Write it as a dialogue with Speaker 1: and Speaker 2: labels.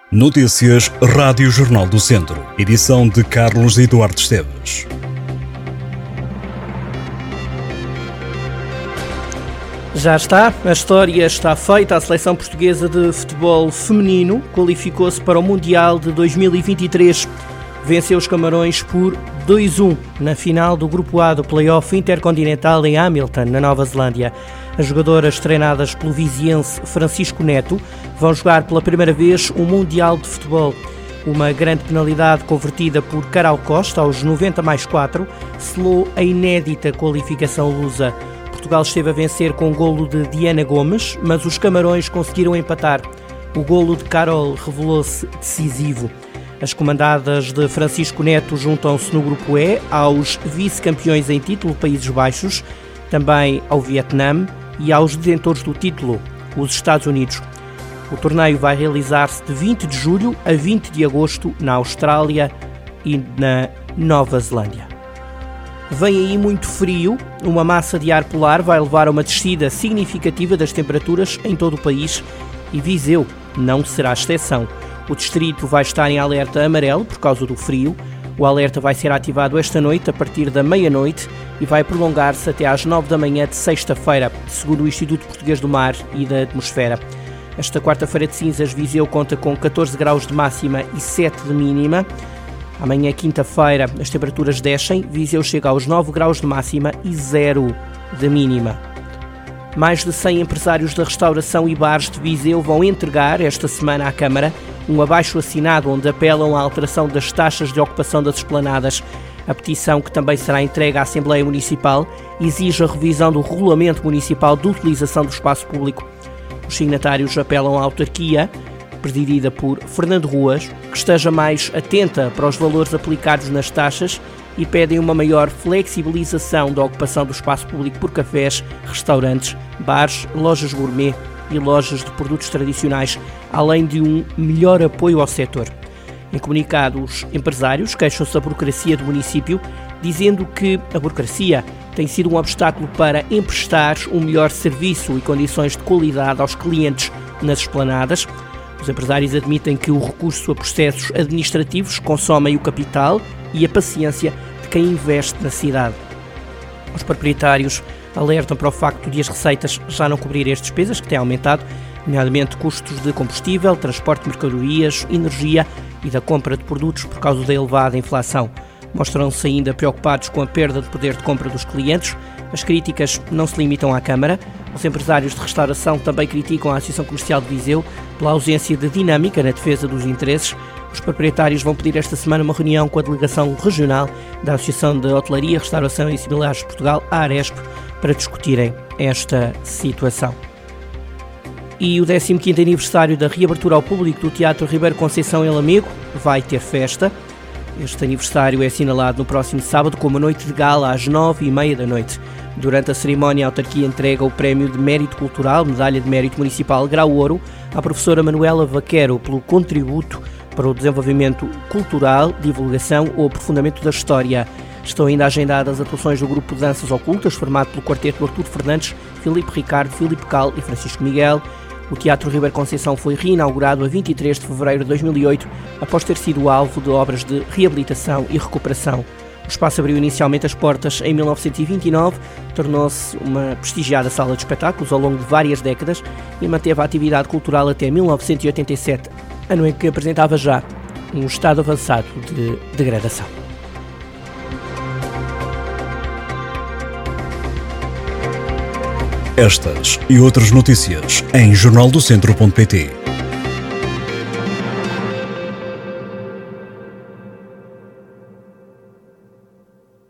Speaker 1: Notícias Rádio Jornal do Centro. Edição de Carlos Eduardo Esteves.
Speaker 2: Já está, a história está feita. A seleção portuguesa de futebol feminino qualificou-se para o Mundial de 2023. Venceu os Camarões por 2-1 na final do Grupo A do Play-Off Intercontinental em Hamilton, na Nova Zelândia. As jogadoras treinadas pelo viziense Francisco Neto vão jogar pela primeira vez o Mundial de Futebol. Uma grande penalidade convertida por Carol Costa aos 90+4 selou a inédita qualificação lusa. Portugal esteve a vencer com o golo de Diana Gomes, mas os Camarões conseguiram empatar. O golo de Carol revelou-se decisivo. As comandadas de Francisco Neto juntam-se no Grupo E aos vice-campeões em título, Países Baixos, também ao Vietnã e aos detentores do título, os Estados Unidos. O torneio vai realizar-se de 20 de julho a 20 de agosto na Austrália e na Nova Zelândia. Vem aí muito frio, uma massa de ar polar vai levar a uma descida significativa das temperaturas em todo o país e Viseu não será exceção. O distrito vai estar em alerta amarelo por causa do frio. O alerta vai ser ativado esta noite a partir da meia-noite e vai prolongar-se até às 9 da manhã de sexta-feira, segundo o Instituto Português do Mar e da Atmosfera. Esta quarta-feira de cinzas, Viseu conta com 14 graus de máxima e 7 de mínima. Amanhã, quinta-feira, as temperaturas descem. Viseu chega aos 9 graus de máxima e 0 de mínima. Mais de 100 empresários da restauração e bares de Viseu vão entregar esta semana à Câmara um abaixo-assinado onde apelam à alteração das taxas de ocupação das esplanadas. A petição, que também será entregue à Assembleia Municipal, exige a revisão do Regulamento Municipal de Utilização do Espaço Público. Os signatários apelam à autarquia, presidida por Fernando Ruas, que esteja mais atenta para os valores aplicados nas taxas e pedem uma maior flexibilização da ocupação do espaço público por cafés, restaurantes, bares, lojas gourmet e lojas de produtos tradicionais, além de um melhor apoio ao setor. Em comunicado, os empresários queixam-se da burocracia do município, dizendo que a burocracia tem sido um obstáculo para emprestar um melhor serviço e condições de qualidade aos clientes nas esplanadas. Os empresários admitem que o recurso a processos administrativos consomem o capital e a paciência de quem investe na cidade. Os proprietários alertam para o facto de as receitas já não cobrirem as despesas que têm aumentado, nomeadamente custos de combustível, transporte de mercadorias, energia e da compra de produtos por causa da elevada inflação. Mostram-se ainda preocupados com a perda de poder de compra dos clientes. As críticas não se limitam à Câmara. Os empresários de restauração também criticam a Associação Comercial de Viseu pela ausência de dinâmica na defesa dos interesses. Os proprietários vão pedir esta semana uma reunião com a delegação regional da Associação de Hotelaria, Restauração e Similares de Portugal, a Aresp, para discutirem esta situação. E o 15º aniversário da reabertura ao público do Teatro Ribeiro Conceição em Lamego vai ter festa. Este aniversário é assinalado no próximo sábado com uma noite de gala às 9h30 da noite. Durante a cerimónia, a autarquia entrega o Prémio de Mérito Cultural, Medalha de Mérito Municipal Grau Ouro, à professora Manuela Vaquero pelo contributo para o desenvolvimento cultural, divulgação ou aprofundamento da história. Estão ainda agendadas atuações do grupo de danças ocultas, formado pelo quarteto Artur Fernandes, Filipe Ricardo, Filipe Cal e Francisco Miguel. O Teatro Ribeiro Conceição foi reinaugurado a 23 de fevereiro de 2008, após ter sido alvo de obras de reabilitação e recuperação. O espaço abriu inicialmente as portas em 1929, tornou-se uma prestigiada sala de espetáculos ao longo de várias décadas e manteve a atividade cultural até 1987, ano em que apresentava já um estado avançado de degradação.
Speaker 1: Estas e outras notícias em jornaldocentro.pt.